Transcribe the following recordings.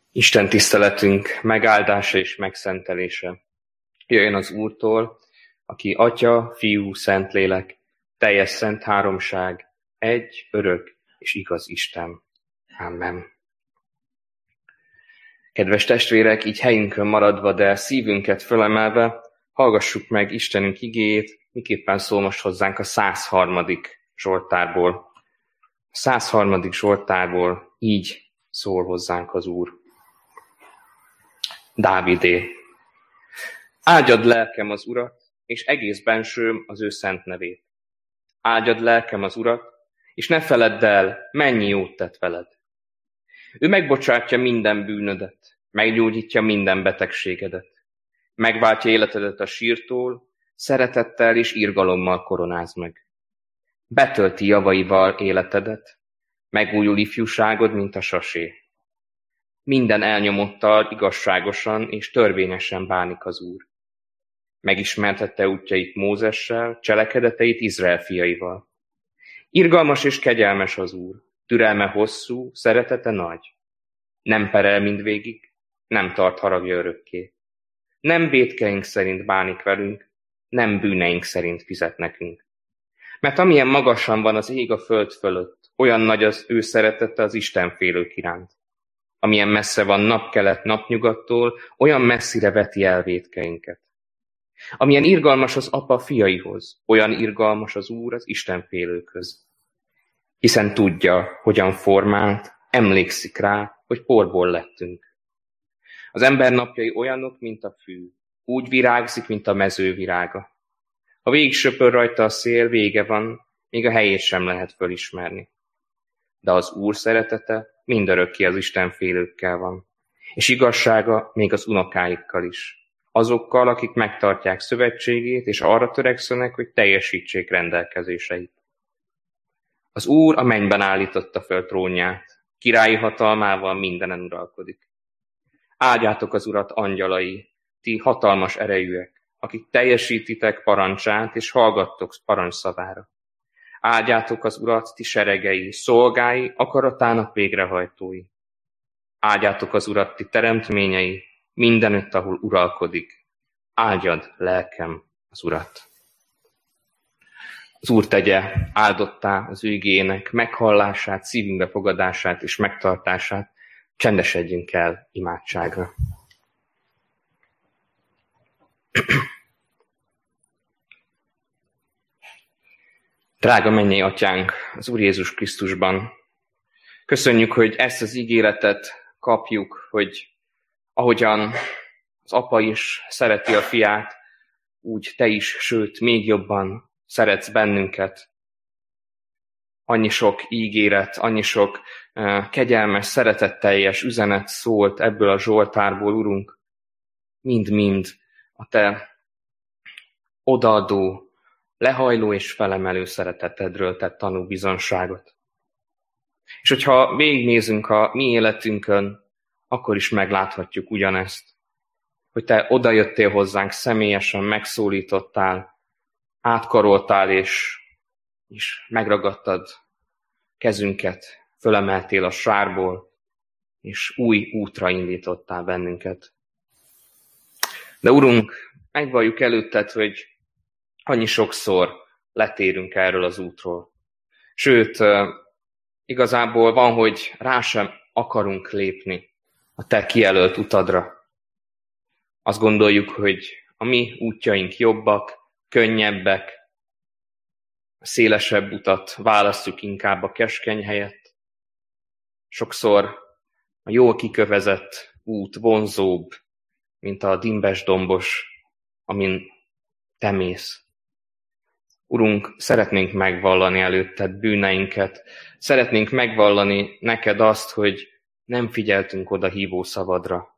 Isten tiszteletünk megáldása és megszentelése jöjjön az Úrtól, aki Atya, Fiú, Szentlélek, teljes szent háromság, egy, örök és igaz Isten. Amen. Kedves testvérek, így helyünkön maradva, de szívünket fölemelve, hallgassuk meg Istenünk igéjét, miképpen szól most hozzánk a 103. Zsoltárból. A 103. Zsoltárból így szól hozzánk az Úr. Dávidé. Áldjad lelkem az Urat, és egész bensőm az ő szent nevét. Áldjad lelkem az Urat, és ne feledd el, mennyi jót tett veled. Ő megbocsátja minden bűnödet, meggyógyítja minden betegségedet. Megváltja életedet a sírtól, szeretettel és irgalommal koronáz meg. Betölti javaival életedet, megújul ifjúságod, mint a sasé. Minden elnyomottal igazságosan és törvényesen bánik az Úr. Megismertette útjait Mózessel, cselekedeteit Izrael fiaival. Irgalmas és kegyelmes az Úr, türelme hosszú, szeretete nagy. Nem perel mindvégig, nem tart haragja örökké. Nem vétkeink szerint bánik velünk, nem bűneink szerint fizet nekünk. Mert amilyen magasan van az ég a föld fölött, olyan nagy az ő szeretete az istenfélők iránt. Amilyen messze van napkelet napnyugattól, olyan messzire veti el vétkeinket. Amilyen irgalmas az apa fiaihoz, olyan irgalmas az Úr az istenfélőkhöz. Hiszen tudja, hogyan formált, emlékszik rá, hogy porból lettünk. Az ember napjai olyanok, mint a fű, úgy virágzik, mint a mező virága. Ha végig söpör rajta a szél, vége van, még a helyét sem lehet fölismerni. De az Úr szeretete mindörökké az istenfélőkkel van, és igazsága még az unokáikkal is, azokkal, akik megtartják szövetségét, és arra törekszenek, hogy teljesítsék rendelkezéseit. Az Úr a mennyben állította föl trónját, királyi hatalmával mindenen uralkodik. Áldjátok az Urat, angyalai, ti hatalmas erejűek, akik teljesítitek parancsát, és hallgattok parancsszavára. Áldjátok az Urat, ti seregei, szolgái, akaratának végrehajtói. Áldjátok az Urat, ti teremtményei, mindenütt, ahol uralkodik. Áldjad, lelkem, az Urat. Az Úr tegye áldottá az ő igének meghallását, szívünkbe fogadását és megtartását. Csendesedjünk el imádságra. Drága mennyei Atyánk, az Úr Jézus Krisztusban, köszönjük, hogy ezt az ígéretet kapjuk, hogy ahogyan az apa is szereti a fiát, úgy te is, sőt, még jobban szeretsz bennünket. Annyi sok ígéret, annyi sok kegyelmes, szeretetteljes üzenet szólt ebből a Zsoltárból, Urunk, mind-mind a te odaadó, lehajló és felemelő szeretetedről tett tanúbizonyságot. És hogyha végignézünk a mi életünkön, akkor is megláthatjuk ugyanezt, hogy te odajöttél hozzánk személyesen, megszólítottál, átkaroltál és megragadtad kezünket, fölemeltél a sárból, és új útra indítottál bennünket. De Urunk, megvalljuk előtted, hogy annyi sokszor letérünk erről az útról. Sőt, igazából van, hogy rá sem akarunk lépni a te kijelölt utadra. Azt gondoljuk, hogy a mi útjaink jobbak, könnyebbek, a szélesebb utat választjuk inkább a keskeny helyett. Sokszor a jól kikövezett út vonzóbb, mint a dimbes dombos, amin te mész. Urunk, szeretnénk megvallani előtted bűneinket, szeretnénk megvallani neked azt, hogy nem figyeltünk oda hívó szavadra.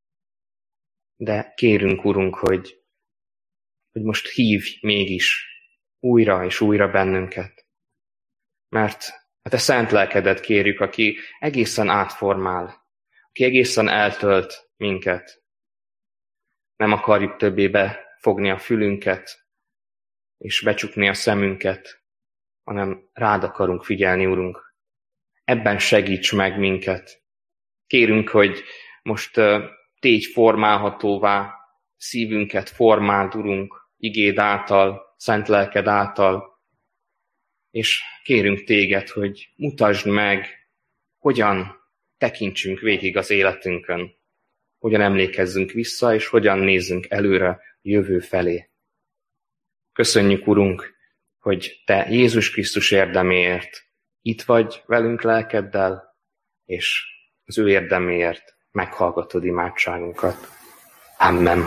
De kérünk, Urunk, hogy most hívj mégis újra és újra bennünket. Mert a te szent lelkedet kérjük, aki egészen átformál, aki egészen eltölt minket. Nem akarjuk többé befogni a fülünket, és becsukni a szemünket, hanem rád akarunk figyelni, Urunk. Ebben segíts meg minket. Kérünk, hogy most tégy formálhatóvá, szívünket formáld, Urunk, igéd által, szent lelked által, és kérünk téged, hogy mutasd meg, hogyan tekintsünk végig az életünkön, hogyan emlékezzünk vissza, és hogyan nézzünk előre a jövő felé. Köszönjük, Urunk, hogy Te Jézus Krisztus érdeméért itt vagy velünk lelkeddel, és az ő érdeméért meghallgatod imádságunkat. Amen.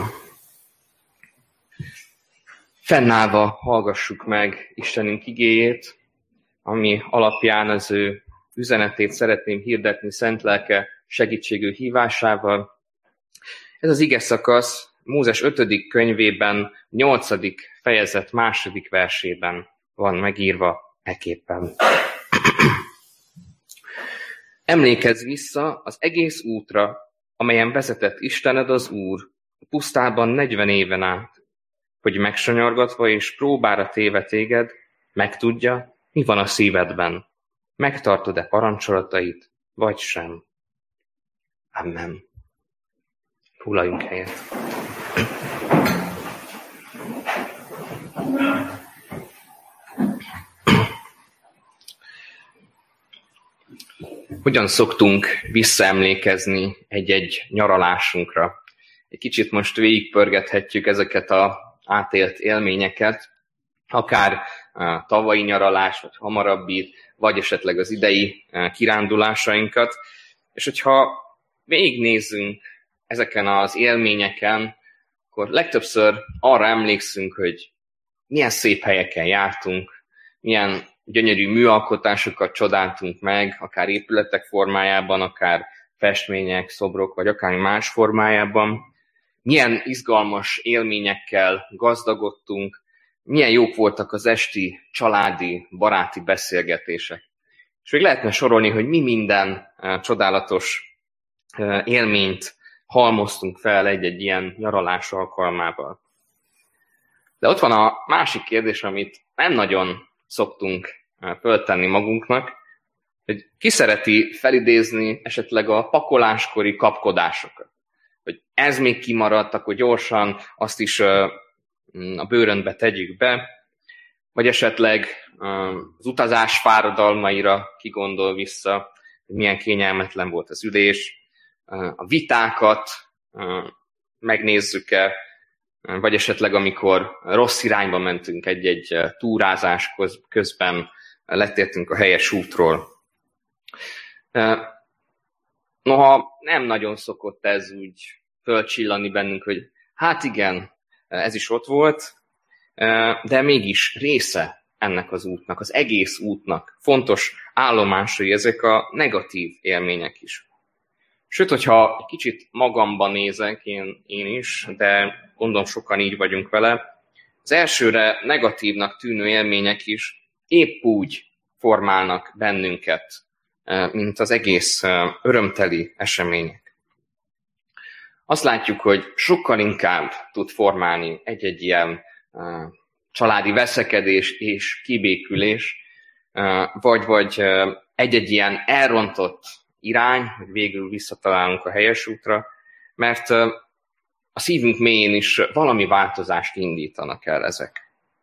Fennállva hallgassuk meg Istenünk igéjét, ami alapján az ő üzenetét szeretném hirdetni szent lelke segítségű hívásával. Ez az ige szakasz Mózes 5. könyvében, 8. fejezet 2. versében van megírva eképpen. Emlékezz vissza az egész útra, amelyen vezetett Istened az Úr a pusztában 40 éven át, hogy megsanyargatva és próbára téve téged, megtudja, mi van a szívedben. Megtartod-e parancsolatait, vagy sem? Amen. Foglaljunk helyet. Hogyan szoktunk visszaemlékezni egy-egy nyaralásunkra? Egy kicsit most végigpörgethetjük ezeket az átélt élményeket, akár a tavalyi nyaralás, vagy hamarabbi, vagy esetleg az idei kirándulásainkat. És hogyha végignézzünk ezeken az élményeken, akkor legtöbbször arra emlékszünk, hogy milyen szép helyeken jártunk, milyen gyönyörű műalkotásokat csodáltunk meg, akár épületek formájában, akár festmények, szobrok, vagy akár más formájában. Milyen izgalmas élményekkel gazdagodtunk, milyen jók voltak az esti családi, baráti beszélgetések. És még lehetne sorolni, hogy mi minden csodálatos élményt halmoztunk fel egy-egy ilyen nyaralás alkalmával. De ott van a másik kérdés, amit nem nagyon szoktunk föltenni magunknak, hogy ki szereti felidézni esetleg a pakoláskori kapkodásokat. Hogy ez még kimaradt, akkor gyorsan azt is a bőröndbe tegyük be, vagy esetleg az utazás fáradalmaira kigondol vissza, hogy milyen kényelmetlen volt az ülés, a vitákat megnézzük-e, vagy esetleg amikor rossz irányba mentünk egy-egy túrázás közben, letértünk a helyes útról. Noha nem nagyon szokott ez úgy fölcsillani bennünk, hogy hát igen, ez is ott volt, de mégis része ennek az útnak, az egész útnak fontos állomásai ezek a negatív élmények is. Sőt, hogyha egy kicsit magamban nézek, én is, de gondolom sokan így vagyunk vele, az elsőre negatívnak tűnő élmények is épp úgy formálnak bennünket, mint az egész örömteli események. Azt látjuk, hogy sokkal inkább tud formálni egy-egy ilyen családi veszekedés és kibékülés, vagy egy-egy ilyen elrontott irány, hogy végül visszatalálunk a helyes útra, mert a szívünk mélyén is valami változást indítanak el ezek.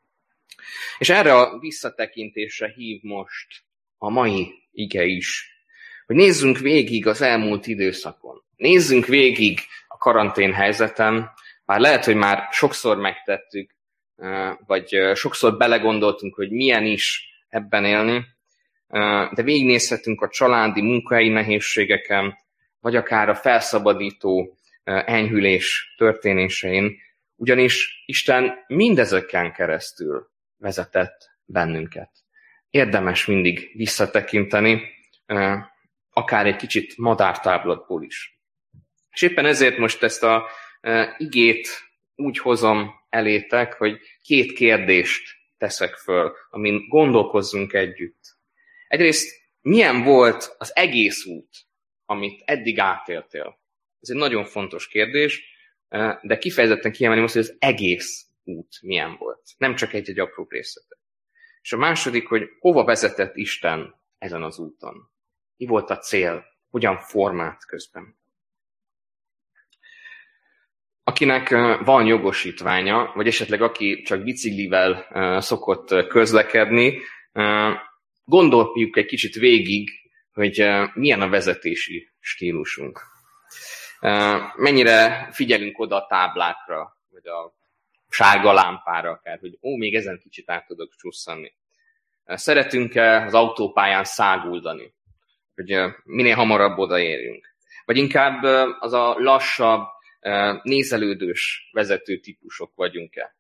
És erre a visszatekintésre hív most a mai ige is, hogy nézzünk végig az elmúlt időszakon. Nézzünk végig a karantén helyzeten, bár lehet, hogy már sokszor megtettük, vagy sokszor belegondoltunk, hogy milyen is ebben élni, de végignézhetünk a családi, munkahelyi nehézségeken, vagy akár a felszabadító enyhülés történésein, ugyanis Isten mindezeken keresztül vezetett bennünket. Érdemes mindig visszatekinteni, akár egy kicsit madártáblatból is. És éppen ezért most ezt a igét úgy hozom elétek, hogy 2 kérdést teszek föl, amin gondolkozzunk együtt. Egyrészt, milyen volt az egész út, amit eddig átéltél? Ez egy nagyon fontos kérdés, de kifejezetten kiemelném azt, hogy az egész út milyen volt. Nem csak egy-egy apró részletet. És a második, hogy hova vezetett Isten ezen az úton? Mi volt a cél? Hogyan formált közben? Akinek van jogosítványa, vagy esetleg aki csak biciklivel szokott közlekedni, gondoljuk egy kicsit végig, hogy milyen a vezetési stílusunk. Mennyire figyelünk oda a táblákra, vagy a sárga lámpára akár, hogy még ezen kicsit át tudok csusszanni. Szeretünk-e az autópályán száguldani, hogy minél hamarabb odaérjünk? Vagy inkább az a lassabb, nézelődős vezető típusok vagyunk-e?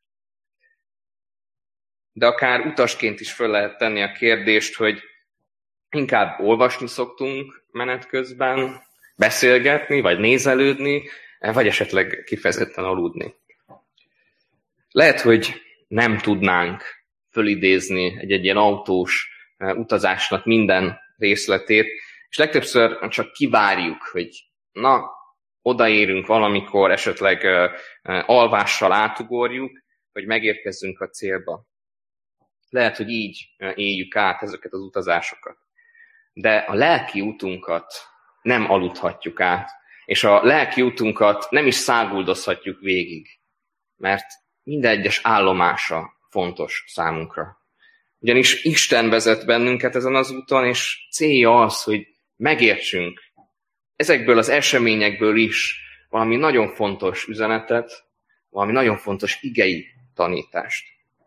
De akár utasként is föl lehet tenni a kérdést, hogy inkább olvasni szoktunk menet közben, beszélgetni, vagy nézelődni, vagy esetleg kifejezetten aludni. Lehet, hogy nem tudnánk fölidézni egy ilyen autós utazásnak minden részletét, és legtöbbször csak kivárjuk, hogy odaérünk valamikor, esetleg alvással átugorjuk, hogy megérkezzünk a célba. Lehet, hogy így éljük át ezeket az utazásokat. De a lelki utunkat nem aludhatjuk át, és a lelki utunkat nem is száguldozhatjuk végig, mert minden egyes állomása fontos számunkra. Ugyanis Isten vezet bennünket ezen az úton, és célja az, hogy megértsünk ezekből az eseményekből is valami nagyon fontos üzenetet, valami nagyon fontos igei tanítást.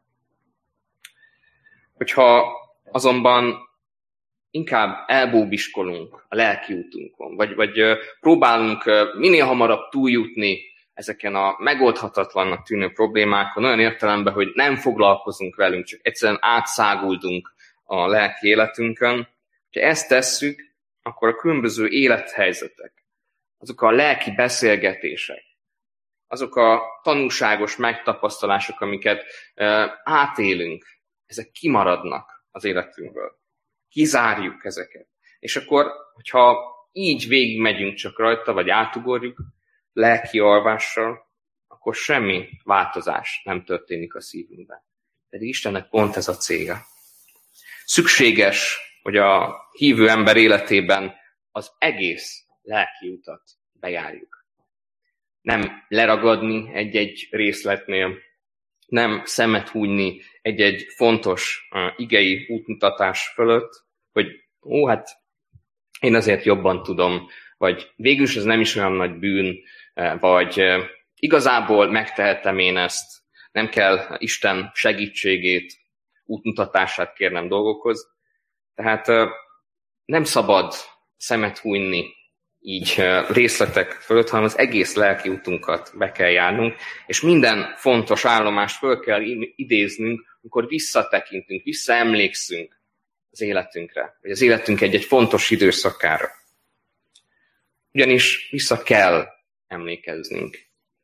Hogyha azonban inkább elbóbiskolunk a lelki útunkon, vagy próbálunk minél hamarabb túljutni ezeken a megoldhatatlannak tűnő problémákon, olyan értelemben, hogy nem foglalkozunk velünk, csak egyszerűen átszáguldunk a lelki életünkön. Ha ezt tesszük, akkor a különböző élethelyzetek, azok a lelki beszélgetések, azok a tanúságos megtapasztalások, amiket átélünk, ezek kimaradnak az életünkből. Kizárjuk ezeket. És akkor, hogyha így végigmegyünk csak rajta, vagy átugorjuk lelki alvással, akkor semmi változás nem történik a szívünkben. Pedig Istennek pont ez a célja. Szükséges, hogy a hívő ember életében az egész lelki utat bejárjuk. Nem leragadni egy-egy részletnél, nem szemet hújni egy-egy fontos igei útmutatás fölött, hogy én azért jobban tudom, vagy végülis ez nem is olyan nagy bűn, vagy igazából megtehetem én ezt, nem kell Isten segítségét, útmutatását kérnem dolgokhoz. Tehát nem szabad szemet hújni így részletek fölött, hanem az egész lelki útunkat be kell járnunk, és minden fontos állomást föl kell idéznünk, amikor visszatekintünk, visszaemlékszünk az életünkre, vagy az életünk egy fontos időszakára. Ugyanis vissza kell emlékeznünk.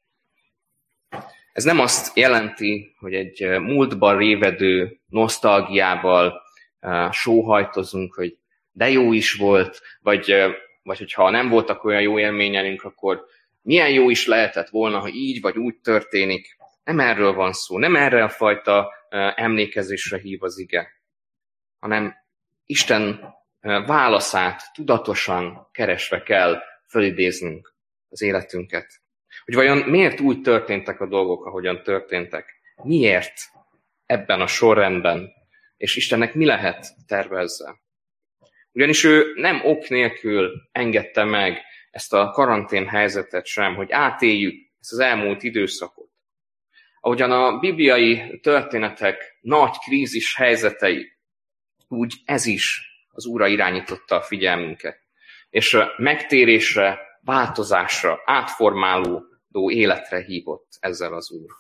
Ez nem azt jelenti, hogy egy múltban révedő nosztalgiával sóhajtozunk, hogy de jó is volt, vagy hogyha nem voltak olyan jó élményeink, akkor milyen jó is lehetett volna, ha így vagy úgy történik. Nem erről van szó, nem erre a fajta emlékezésre hív az ige, hanem Isten válaszát tudatosan keresve kell fölidéznünk az életünket. Hogy vajon miért úgy történtek a dolgok, ahogyan történtek? Miért ebben a sorrendben? És Istennek mi lehet terve ezzel? Ugyanis ő nem ok nélkül engedte meg ezt a karantén helyzetet sem, hogy átéljük ezt az elmúlt időszakot. Ahogyan a bibliai történetek nagy krízis helyzetei, úgy ez is az Úrra irányította a figyelmünket. És megtérésre, változásra, átformálódó életre hívott ezzel az Úr.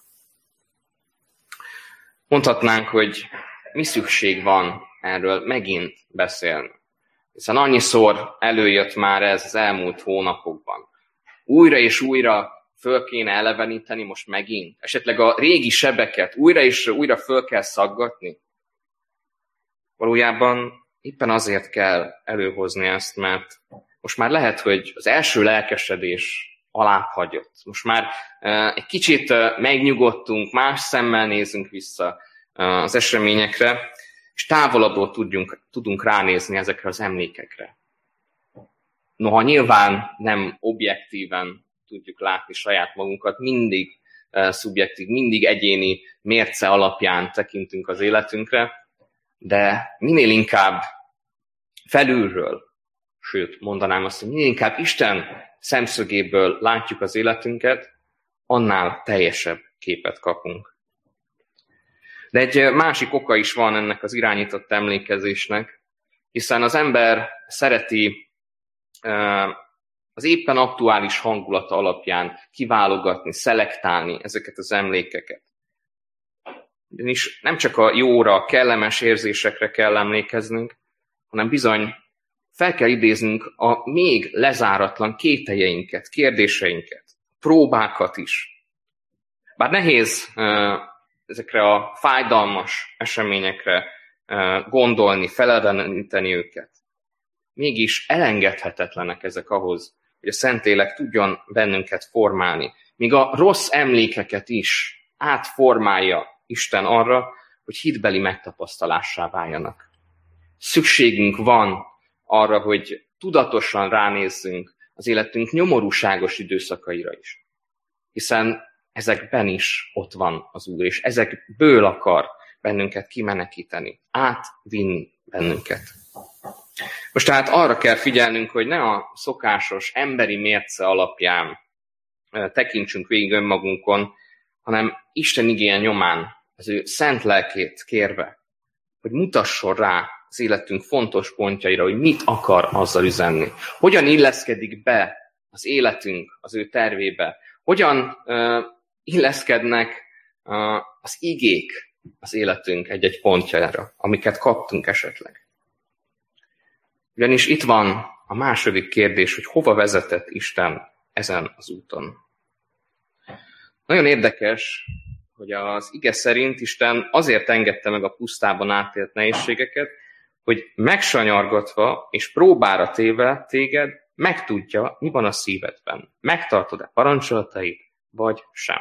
Mondhatnánk, hogy mi szükség van erről megint beszélni. Hiszen annyiszor előjött már ez az elmúlt hónapokban. Újra és újra föl kéne eleveníteni most megint. Esetleg a régi sebeket újra és újra föl kell szaggatni. Valójában éppen azért kell előhozni ezt, mert most már lehet, hogy az első lelkesedés alább hagyott. Most már egy kicsit megnyugodtunk, más szemmel nézünk vissza az eseményekre, és távolabbról tudunk ránézni ezekre az emlékekre. Noha nyilván nem objektíven tudjuk látni saját magunkat, mindig szubjektív, mindig egyéni mérce alapján tekintünk az életünkre, de minél inkább felülről, sőt, mondanám azt, hogy minél inkább Isten szemszögéből látjuk az életünket, annál teljesebb képet kapunk. De egy másik oka is van ennek az irányított emlékezésnek, hiszen az ember szereti az éppen aktuális hangulata alapján kiválogatni, szelektálni ezeket az emlékeket. Ugyanis nem csak a jóra, kellemes érzésekre kell emlékeznünk, hanem bizony fel kell idéznünk a még lezáratlan kételjeinket, kérdéseinket, próbákat is. Bár nehéz ezekre a fájdalmas eseményekre gondolni, feleleveníteni őket, mégis elengedhetetlenek ezek ahhoz, hogy a Szentlélek tudjon bennünket formálni. Míg a rossz emlékeket is átformálja Isten arra, hogy hitbeli megtapasztalássá váljanak. Szükségünk van arra, hogy tudatosan ránézzünk az életünk nyomorúságos időszakaira is. Hiszen ezekben is ott van az Úr, és ezekből akar bennünket kimenekíteni, átvinni bennünket. Most tehát arra kell figyelnünk, hogy ne a szokásos emberi mérce alapján tekintsünk végig önmagunkon, hanem Isten igéje nyomán, az ő szent lelkét kérve, hogy mutasson rá az életünk fontos pontjaira, hogy mit akar azzal üzenni. Hogyan illeszkedik be az életünk az ő tervébe. Hogyan illeszkednek az igék az életünk egy-egy pontjára, amiket kaptunk esetleg. Ugyanis itt van a második kérdés, hogy hova vezetett Isten ezen az úton. Nagyon érdekes, hogy az ige szerint Isten azért engedte meg a pusztában átélt nehézségeket, hogy megsanyargatva és próbára téve téged megtudja, mi van a szívedben. Megtartod-e parancsolatait, vagy sem.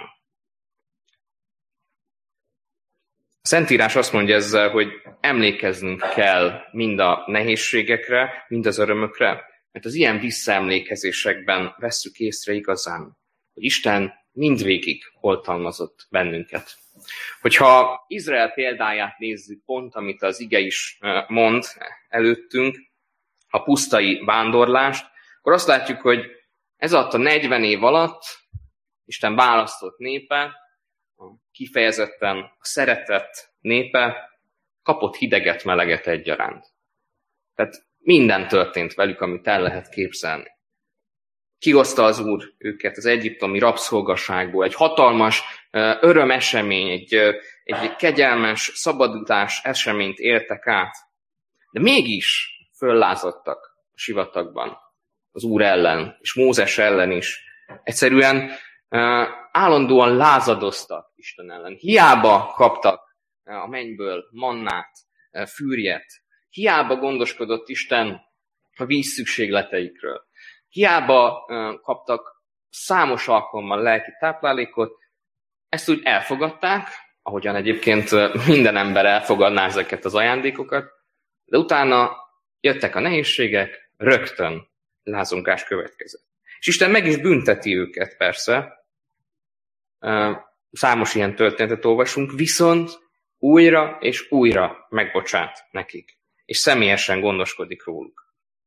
A Szentírás azt mondja ezzel, hogy emlékeznünk kell mind a nehézségekre, mind az örömökre, mert az ilyen visszaemlékezésekben vesszük észre igazán, hogy Isten mindvégig oltalmazott bennünket. Hogyha Izrael példáját nézzük, pont amit az ige is mond előttünk, a pusztai vándorlást, akkor azt látjuk, hogy ez alatt a 40 év alatt Isten választott népe, kifejezetten a szeretett népe kapott hideget, meleget egyaránt. Tehát minden történt velük, amit el lehet képzelni. Kihozta az Úr őket az egyiptomi rabszolgaságból, egy hatalmas örömesemény, egy kegyelmes szabadulás eseményt éltek át. De mégis föllázadtak a sivatagban az Úr ellen, és Mózes ellen is. Egyszerűen állandóan lázadoztak Isten ellen. Hiába kaptak a mennyből mannát, fűrjet. Hiába gondoskodott Isten a víz szükségleteikről. Hiába kaptak számos alkalommal lelki táplálékot, ezt úgy elfogadták, ahogyan egyébként minden ember elfogadná ezeket az ajándékokat, de utána jöttek a nehézségek, rögtön lázongás következett. És Isten meg is bünteti őket, persze. Számos ilyen történetet olvasunk, viszont újra és újra megbocsát nekik, és személyesen gondoskodik róluk.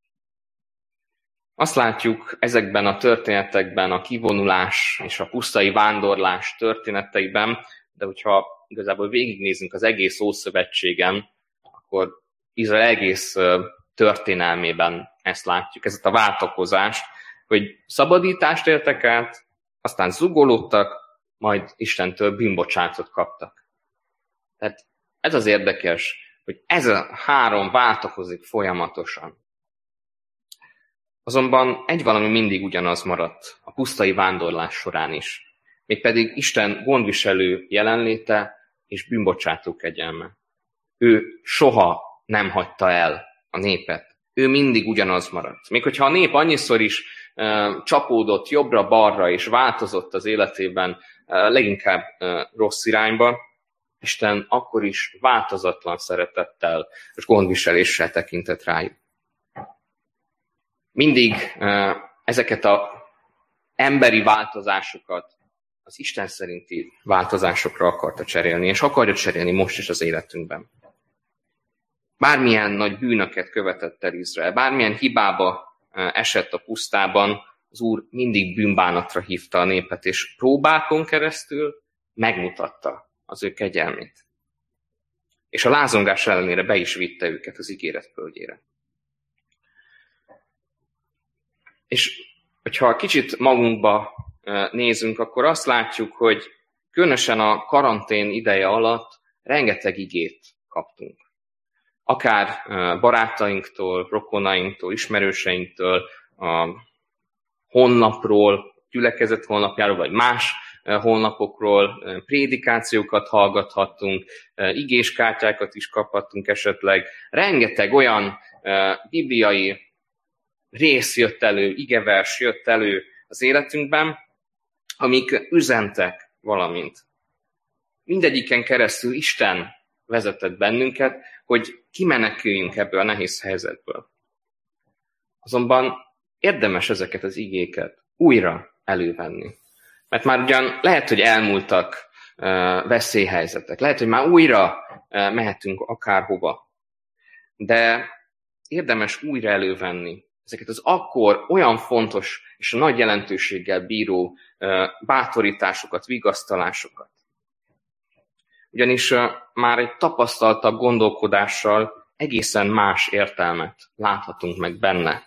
Azt látjuk ezekben a történetekben, a kivonulás és a pusztai vándorlás történeteiben, de hogyha igazából végignézünk az egész Ószövetségen, akkor Izrael egész történelmében ezt látjuk, ezt a váltakozást, hogy szabadítást éltek át, aztán zugolódtak, majd Istentől bűnbocsátot kaptak. Tehát ez az érdekes, hogy ez a három váltakozik folyamatosan. Azonban egy valami mindig ugyanaz maradt a pusztai vándorlás során is, mégpedig Isten gondviselő jelenléte és bűnbocsátó kegyelme. Ő soha nem hagyta el a népet. Ő mindig ugyanaz maradt. Még hogyha a nép annyiszor is csapódott jobbra-balra és változott az életében leginkább rossz irányba, Isten akkor is változatlan szeretettel és gondviseléssel tekintett rájuk. Mindig ezeket az emberi változásokat az Isten szerinti változásokra akarta cserélni, és akarja cserélni most is az életünkben. Bármilyen nagy bűnöket követett el Izrael, bármilyen hibába esett a pusztában, az Úr mindig bűnbánatra hívta a népet, és próbákon keresztül megmutatta az ő kegyelmét. És a lázongás ellenére be is vitte őket az ígéret földjére. És hogyha kicsit magunkba nézünk, akkor azt látjuk, hogy különösen a karantén ideje alatt rengeteg igét kaptunk. Akár barátainktól, rokonainktól, ismerőseinktől, a honlapról, gyülekezet honlapjáról, vagy más honlapokról prédikációkat hallgathattunk, igéskártyákat is kaphattunk esetleg. Rengeteg olyan bibliai rész jött elő, igevers jött elő az életünkben, amik üzentek valamint. Mindegyiken keresztül Isten vezetett bennünket, hogy kimeneküljünk ebből a nehéz helyzetből. Azonban érdemes ezeket az igéket újra elővenni. Mert már ugyan lehet, hogy elmúltak veszélyhelyzetek, lehet, hogy már újra mehetünk akárhova, de érdemes újra elővenni ezeket az akkor olyan fontos és nagy jelentőséggel bíró bátorításokat, vigasztalásokat. Ugyanis már egy tapasztaltabb gondolkodással egészen más értelmet láthatunk meg benne,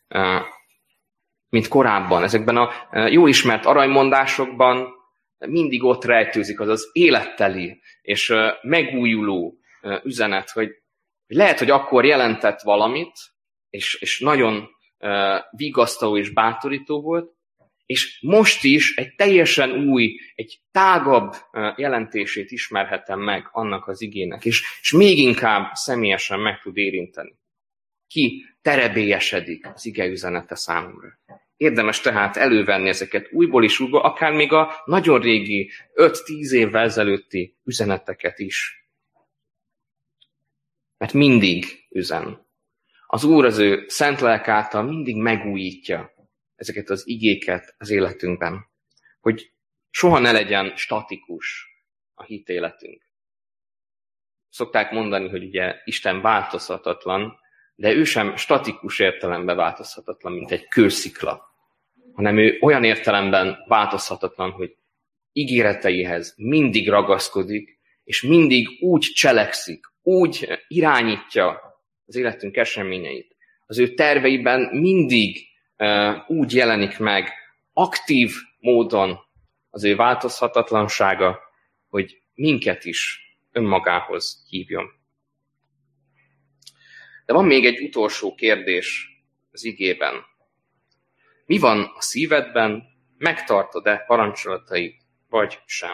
mint korábban. Ezekben a jól ismert aranymondásokban mindig ott rejtőzik az az életteli és megújuló üzenet, hogy lehet, hogy akkor jelentett valamit, és nagyon vigasztaló és bátorító volt, és most is egy teljesen új, egy tágabb jelentését ismerhetem meg annak az igének, és még inkább személyesen meg tud érinteni. Ki terebélyesedik az ige üzenete számomra. Érdemes tehát elővenni ezeket újból és újból, akár még a nagyon régi, 5-10 évvel ezelőtti üzeneteket is. Mert mindig üzen. Az Úr az ő szent lelk által mindig megújítja ezeket az igéket az életünkben, hogy soha ne legyen statikus a hitéletünk. Szokták mondani, hogy ugye Isten változhatatlan, de ő sem statikus értelemben változhatatlan, mint egy kőszikla, hanem ő olyan értelemben változhatatlan, hogy ígéreteihez mindig ragaszkodik, és mindig úgy cselekszik, úgy irányítja az életünk eseményeit. Az ő terveiben mindig úgy jelenik meg aktív módon az ő változhatatlansága, hogy minket is önmagához hívjon. De van még egy utolsó kérdés az igében. Mi van a szívedben, megtartod-e parancsolatait, vagy sem?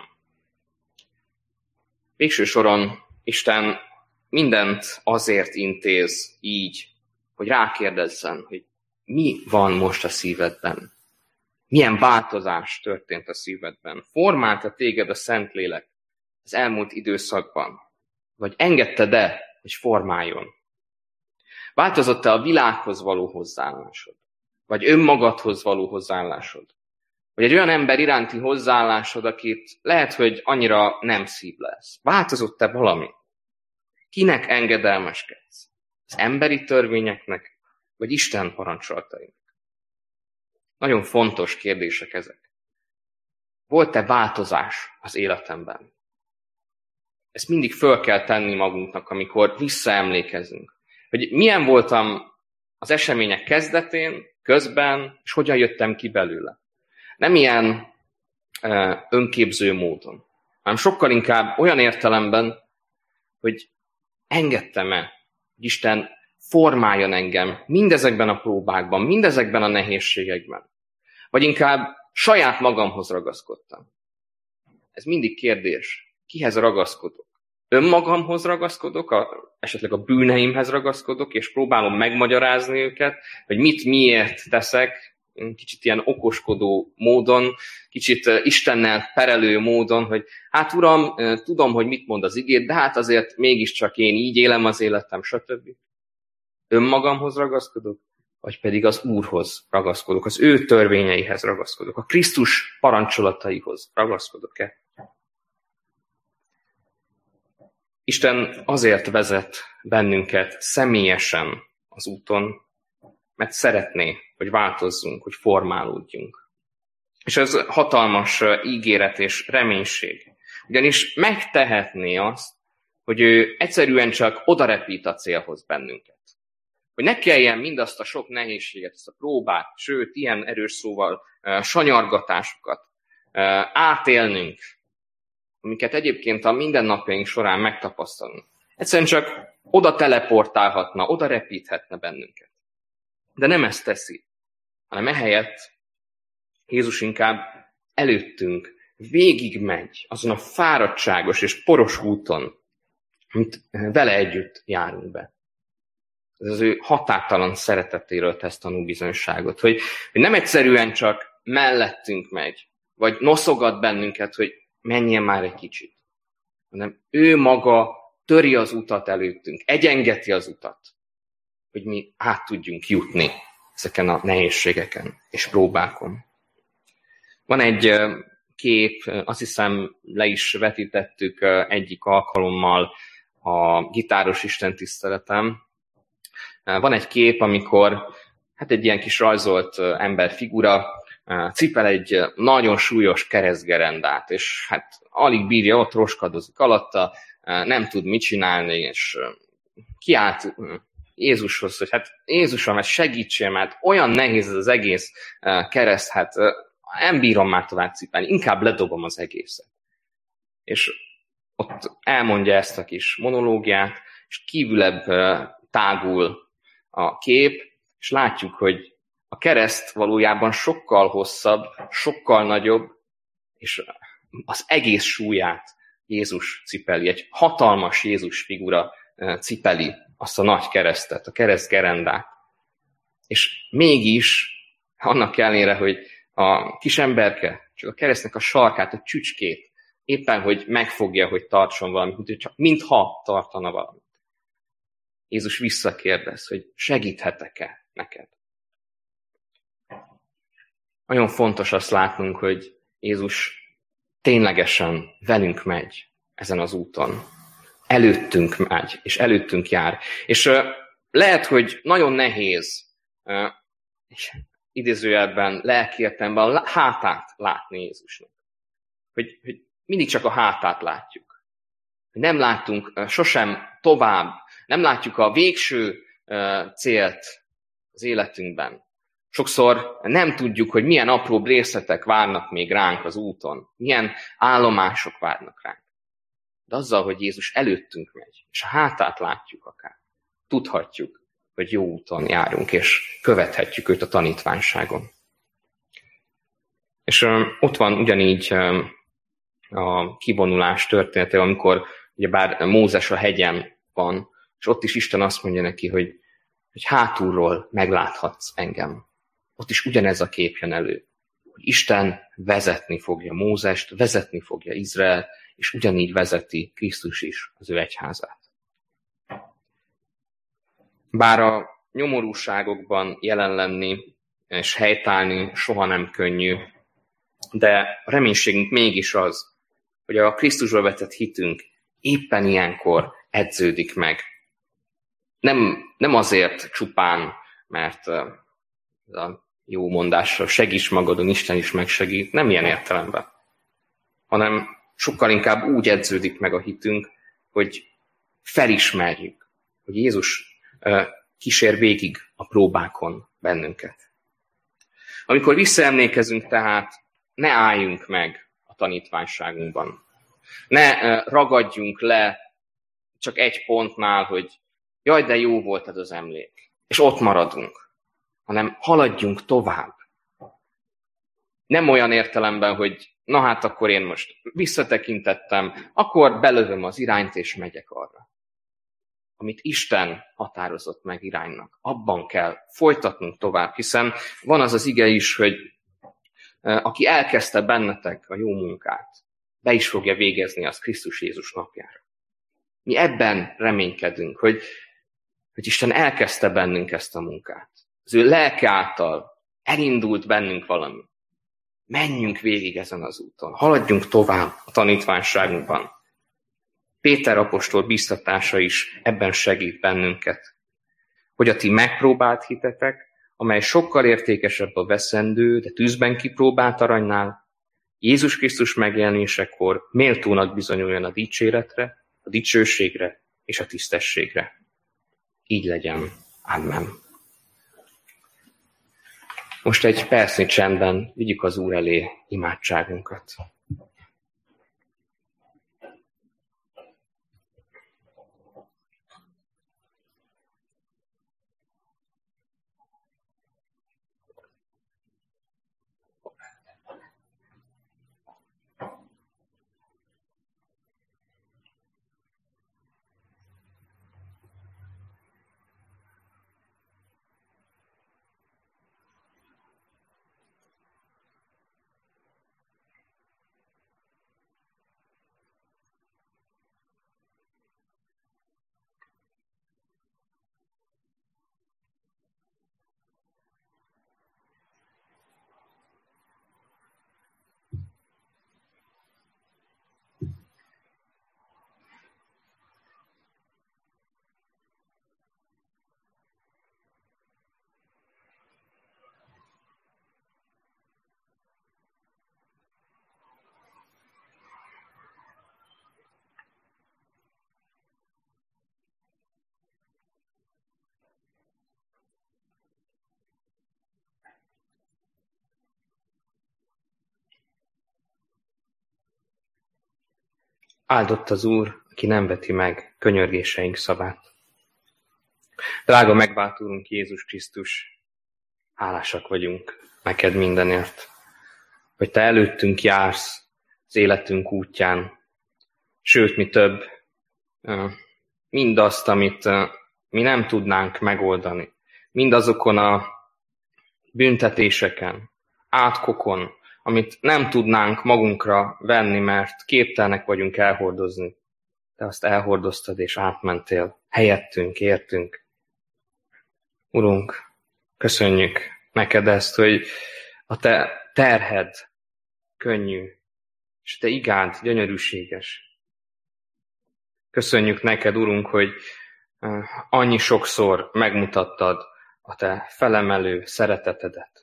Végső soron Isten mindent azért intéz így, hogy rákérdezzen, hogy mi van most a szívedben? Milyen változás történt a szívedben? Formálta téged a Szentlélek az elmúlt időszakban? Vagy engedted-e, hogy formáljon? Változott-e a világhoz való hozzáállásod? Vagy önmagadhoz való hozzáállásod? Vagy egy olyan ember iránti hozzáállásod, akit lehet, hogy annyira nem szív lesz? Változott-e valami? Kinek engedelmeskedsz? Az emberi törvényeknek, vagy Isten parancsolatainak? Nagyon fontos kérdések ezek. Volt-e változás az életemben? Ezt mindig föl kell tenni magunknak, amikor visszaemlékezünk. Hogy milyen voltam az események kezdetén, közben, és hogyan jöttem ki belőle. Nem ilyen önképző módon, hanem sokkal inkább olyan értelemben, hogy engedtem-e, hogy Isten formáljon engem mindezekben a próbákban, mindezekben a nehézségekben. Vagy inkább saját magamhoz ragaszkodtam. Ez mindig kérdés. Kihez ragaszkodok? Önmagamhoz ragaszkodok, esetleg a bűneimhez ragaszkodok, és próbálom megmagyarázni őket, hogy mit miért teszek, kicsit ilyen okoskodó módon, kicsit Istennel perelő módon, hogy hát Uram, tudom, hogy mit mond az igéd, de hát azért mégiscsak én így élem az életem, stb. Önmagamhoz ragaszkodok, vagy pedig az Úrhoz ragaszkodok, az ő törvényeihez ragaszkodok, a Krisztus parancsolataihoz ragaszkodok-e? Isten azért vezet bennünket személyesen az úton, mert szeretné, hogy változzunk, hogy formálódjunk. És ez hatalmas ígéret és reménység. Ugyanis megtehetné azt, hogy ő egyszerűen csak odarepít a célhoz bennünket. Hogy ne kelljen mindazt a sok nehézséget, ezt a próbát, sőt, ilyen erős szóval sanyargatásokat átélnünk, amiket egyébként a mindennapjaink során megtapasztalunk. Egyszerűen csak oda teleportálhatna, oda repíthetne bennünket. De nem ezt teszi, hanem ehelyett Jézus inkább előttünk végigmegy azon a fáradtságos és poros úton, amit vele együtt járunk be. Ez az ő határtalan szeretetéről tesz tanúbizonyságot, hogy nem egyszerűen csak mellettünk megy, vagy noszogat bennünket, hogy menjen már egy kicsit, hanem ő maga töri az utat előttünk, egyengeti az utat, hogy mi át tudjunk jutni ezeken a nehézségeken és próbákon. Van egy kép, azt hiszem le is vetítettük egyik alkalommal a gitáros istentiszteletem. Van egy kép, amikor egy ilyen kis rajzolt emberfigura cipel egy nagyon súlyos keresztgerendát, és alig bírja, ott roskadozik alatta, nem tud mit csinálni, és kiált Jézushoz, hogy Jézusom, segítsél, mert olyan nehéz ez az egész kereszt, nem bírom már tovább cipelni, inkább ledobom az egészet. És ott elmondja ezt a kis monológiát, és kívülebb tágul a kép, és látjuk, hogy a kereszt valójában sokkal hosszabb, sokkal nagyobb, és az egész súlyát Jézus cipeli. Egy hatalmas Jézus figura cipeli azt a nagy keresztet, a keresztgerendát. És mégis, annak ellenére, hogy a kis emberke csak a keresztnek a sarkát, a csücskét éppen, hogy megfogja, hogy tartson valamit, csak mintha tartana valamit. Jézus visszakérdez, hogy segíthetek-e neked? Nagyon fontos azt látnunk, hogy Jézus ténylegesen velünk megy ezen az úton. Előttünk megy, és előttünk jár. És lehet, hogy nagyon nehéz, idézőjelben, lelkiértelemben a hátát látni Jézusnak. Hogy mindig csak a hátát látjuk. Nem látunk sosem tovább, nem látjuk a végső célt az életünkben. Sokszor nem tudjuk, hogy milyen apró részletek várnak még ránk az úton, milyen állomások várnak ránk. De azzal, hogy Jézus előttünk megy, és a hátát látjuk akár, tudhatjuk, hogy jó úton járunk, és követhetjük őt a tanítványságon. És ott van ugyanígy a kivonulás története, amikor ugyebár Mózes a hegyen van, és ott is Isten azt mondja neki, hogy hátulról megláthatsz engem. Ott is ugyanez a kép jön elő, hogy Isten vezetni fogja Mózest, vezetni fogja Izraelt, és ugyanígy vezeti Krisztus is az ő egyházát. Bár a nyomorúságokban jelen lenni és helytállni soha nem könnyű, de a reménységünk mégis az, hogy a Krisztusba vetett hitünk éppen ilyenkor edződik meg. Nem azért csupán, mert a jó mondásra segíts magadon, Isten is megsegít, nem ilyen értelemben, hanem sokkal inkább úgy edződik meg a hitünk, hogy felismerjük, hogy Jézus kísér végig a próbákon bennünket. Amikor visszaemlékezünk tehát, ne álljunk meg a tanítványságunkban. Ne ragadjunk le csak egy pontnál, hogy jaj, de jó volt ez az emlék, és ott maradunk, hanem haladjunk tovább. Nem olyan értelemben, hogy na hát akkor én most visszatekintettem, akkor belövöm az irányt és megyek arra. Amit Isten határozott meg iránynak, abban kell folytatnunk tovább, hiszen van az az ige is, hogy aki elkezdte bennetek a jó munkát, be is fogja végezni azt Krisztus Jézus napjára. Mi ebben reménykedünk, hogy Isten elkezdte bennünk ezt a munkát. az ő lelke által elindult bennünk valami. Menjünk végig ezen az úton, haladjunk tovább a tanítványságunkban. Péter apostol bíztatása is ebben segít bennünket, hogy a ti megpróbált hitetek, amely sokkal értékesebb a veszendő, de tűzben kipróbált aranynál, Jézus Krisztus megjelenésekor méltónak bizonyuljon a dicséretre, a dicsőségre és a tisztességre. Így legyen. Amen. Most egy percnyi csendben vigyük az Úr elé imádságunkat. Áldott az Úr, aki nem veti meg könyörgéseink szavát. Drága megváltó Úrunk Jézus Krisztus, hálásak vagyunk neked mindenért, hogy te előttünk jársz az életünk útján, sőt, mi több, mindazt, amit mi nem tudnánk megoldani, mindazokon a büntetéseken, átkokon, amit nem tudnánk magunkra venni, mert képtelnek vagyunk elhordozni. Te azt elhordoztad és átmentél helyettünk, értünk. Urunk, köszönjük neked ezt, hogy a te terhed könnyű, és te igád gyönyörűséges. Köszönjük neked, Urunk, hogy annyi sokszor megmutattad a te felemelő szeretetedet.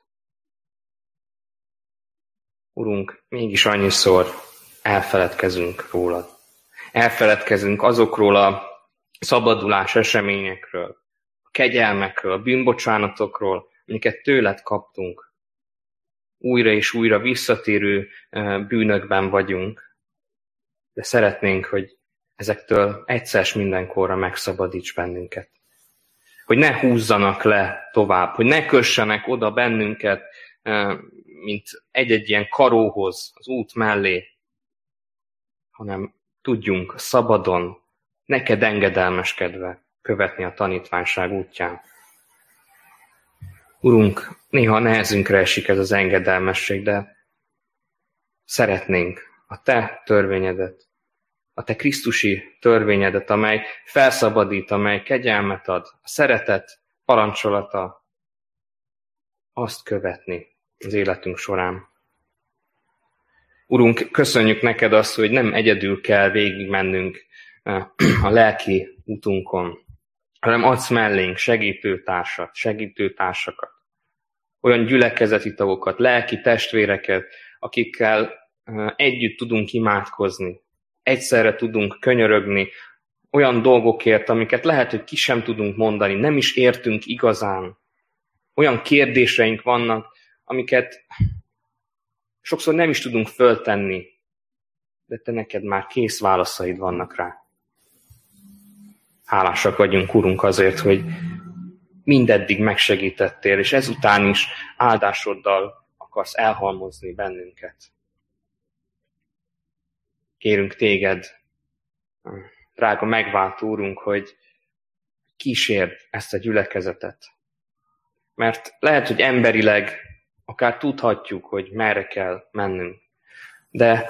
Urunk, mégis annyiszor elfeledkezünk rólad. Elfeledkezünk azokról a szabadulás eseményekről, a kegyelmekről, a bűnbocsánatokról, amiket tőled kaptunk. Újra és újra visszatérő bűnökben vagyunk, de szeretnénk, hogy ezektől egyszer mindenkorra megszabadíts bennünket. Hogy ne húzzanak le tovább, hogy ne kössenek oda bennünket, mint egy-egy ilyen karóhoz az út mellé, hanem tudjunk szabadon, neked engedelmeskedve követni a tanítványság útján. Urunk, néha nehezünkre esik ez az engedelmesség, de szeretnénk a te törvényedet, a te krisztusi törvényedet, amely felszabadít, amely kegyelmet ad, a szeretet parancsolata, azt követni az életünk során. Urunk, köszönjük neked azt, hogy nem egyedül kell végigmennünk a lelki útunkon, hanem adsz mellénk segítőtársakat, olyan gyülekezeti tagokat, lelki testvéreket, akikkel együtt tudunk imádkozni, egyszerre tudunk könyörögni olyan dolgokért, amiket lehet, hogy ki sem tudunk mondani, nem is értünk igazán. Olyan kérdéseink vannak, amiket sokszor nem is tudunk föltenni, de te neked már kész válaszaid vannak rá. Hálásak vagyunk, Urunk, azért, hogy mindeddig megsegítettél, és ezután is áldásoddal akarsz elhalmozni bennünket. Kérünk téged, drága megváltó Úrunk, hogy kísérd ezt a gyülekezetet. Mert lehet, hogy emberileg akár tudhatjuk, hogy merre kell mennünk, de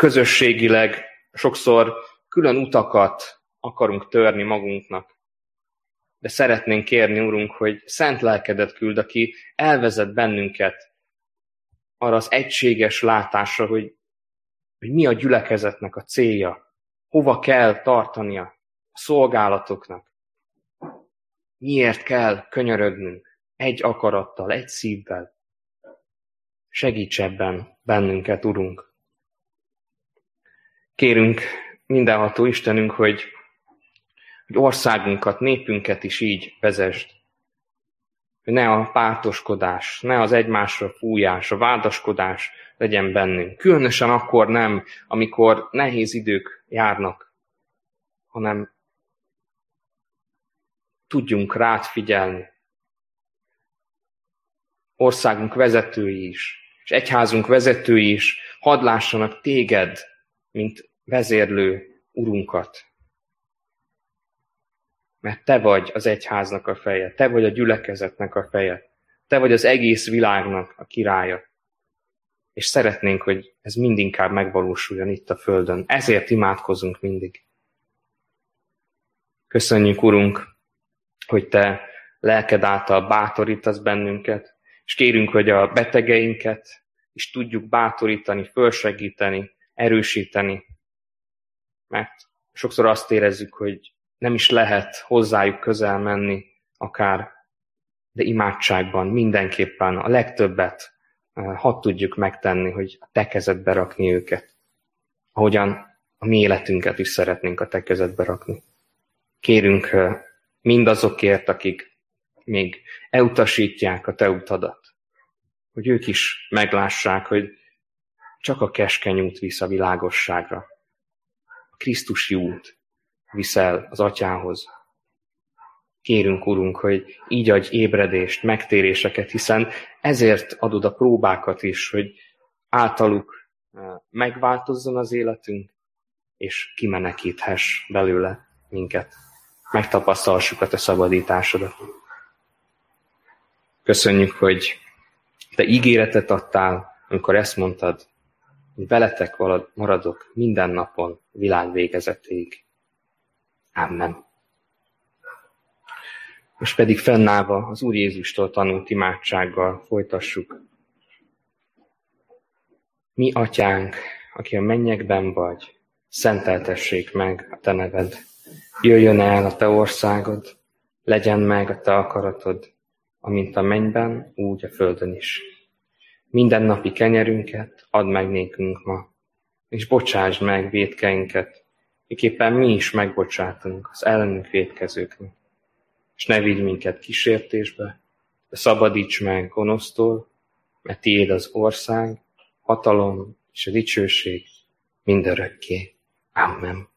közösségileg sokszor külön utakat akarunk törni magunknak. de szeretnénk kérni, Urunk, hogy szent lelkedet küld, aki elvezet bennünket arra az egységes látásra, hogy mi a gyülekezetnek a célja, hova kell tartania a szolgálatoknak, miért kell könyörögnünk egy akarattal, egy szívvel. Segíts ebben bennünket, Urunk. Kérünk mindenható Istenünk, hogy országunkat, népünket is így vezesd. Hogy ne a pártoskodás, ne az egymásra fújás, a vádaskodás legyen bennünk. Különösen akkor nem, amikor nehéz idők járnak, hanem tudjunk rád figyelni. Országunk vezetői is, és egyházunk vezetői is hadd lássanak téged, mint vezérlő Urunkat. Mert te vagy az egyháznak a feje, te vagy a gyülekezetnek a feje, te vagy az egész világnak a királya. És szeretnénk, hogy ez mindinkább megvalósuljon itt a földön. Ezért imádkozunk mindig. Köszönjük, Urunk, hogy te lelked által bátorítasz bennünket, és kérünk, hogy a betegeinket is tudjuk bátorítani, fölsegíteni, erősíteni. Mert sokszor azt érezzük, hogy nem is lehet hozzájuk közel menni akár, de imádságban mindenképpen a legtöbbet hadd tudjuk megtenni, hogy a te kezedbe rakni őket. Ahogyan a mi életünket is szeretnénk a te kezedbe rakni. Kérünk mindazokért, akik még elutasítják a te utadat, hogy ők is meglássák, hogy csak a keskeny út visz a világosságra. A Krisztusi út visz el az Atyához. Kérünk, Urunk, hogy így adj ébredést, megtéréseket, hiszen ezért adod a próbákat is, hogy általuk megváltozzon az életünk, és kimenekíthess belőle minket. Megtapasztalhassuk a te szabadításodat. Köszönjük, hogy te ígéretet adtál, amikor ezt mondtad, hogy veletek maradok minden napon világ végezetéig. Amen. Most pedig fennállva az Úr Jézustól tanult imádsággal folytassuk. Mi Atyánk, aki a mennyekben vagy, szenteltessék meg a te neved. Jöjjön el a te országod, legyen meg a te akaratod, amint a mennyben, úgy a földön is. Mindennapi kenyerünket add meg nékünk ma, és bocsásd meg vétkeinket, miképpen mi is megbocsátunk az ellenünk vétkezőknek. És ne vigy minket kísértésbe, de szabadíts meg gonosztól, mert tiéd az ország, hatalom és a dicsőség mindörökké. Amen.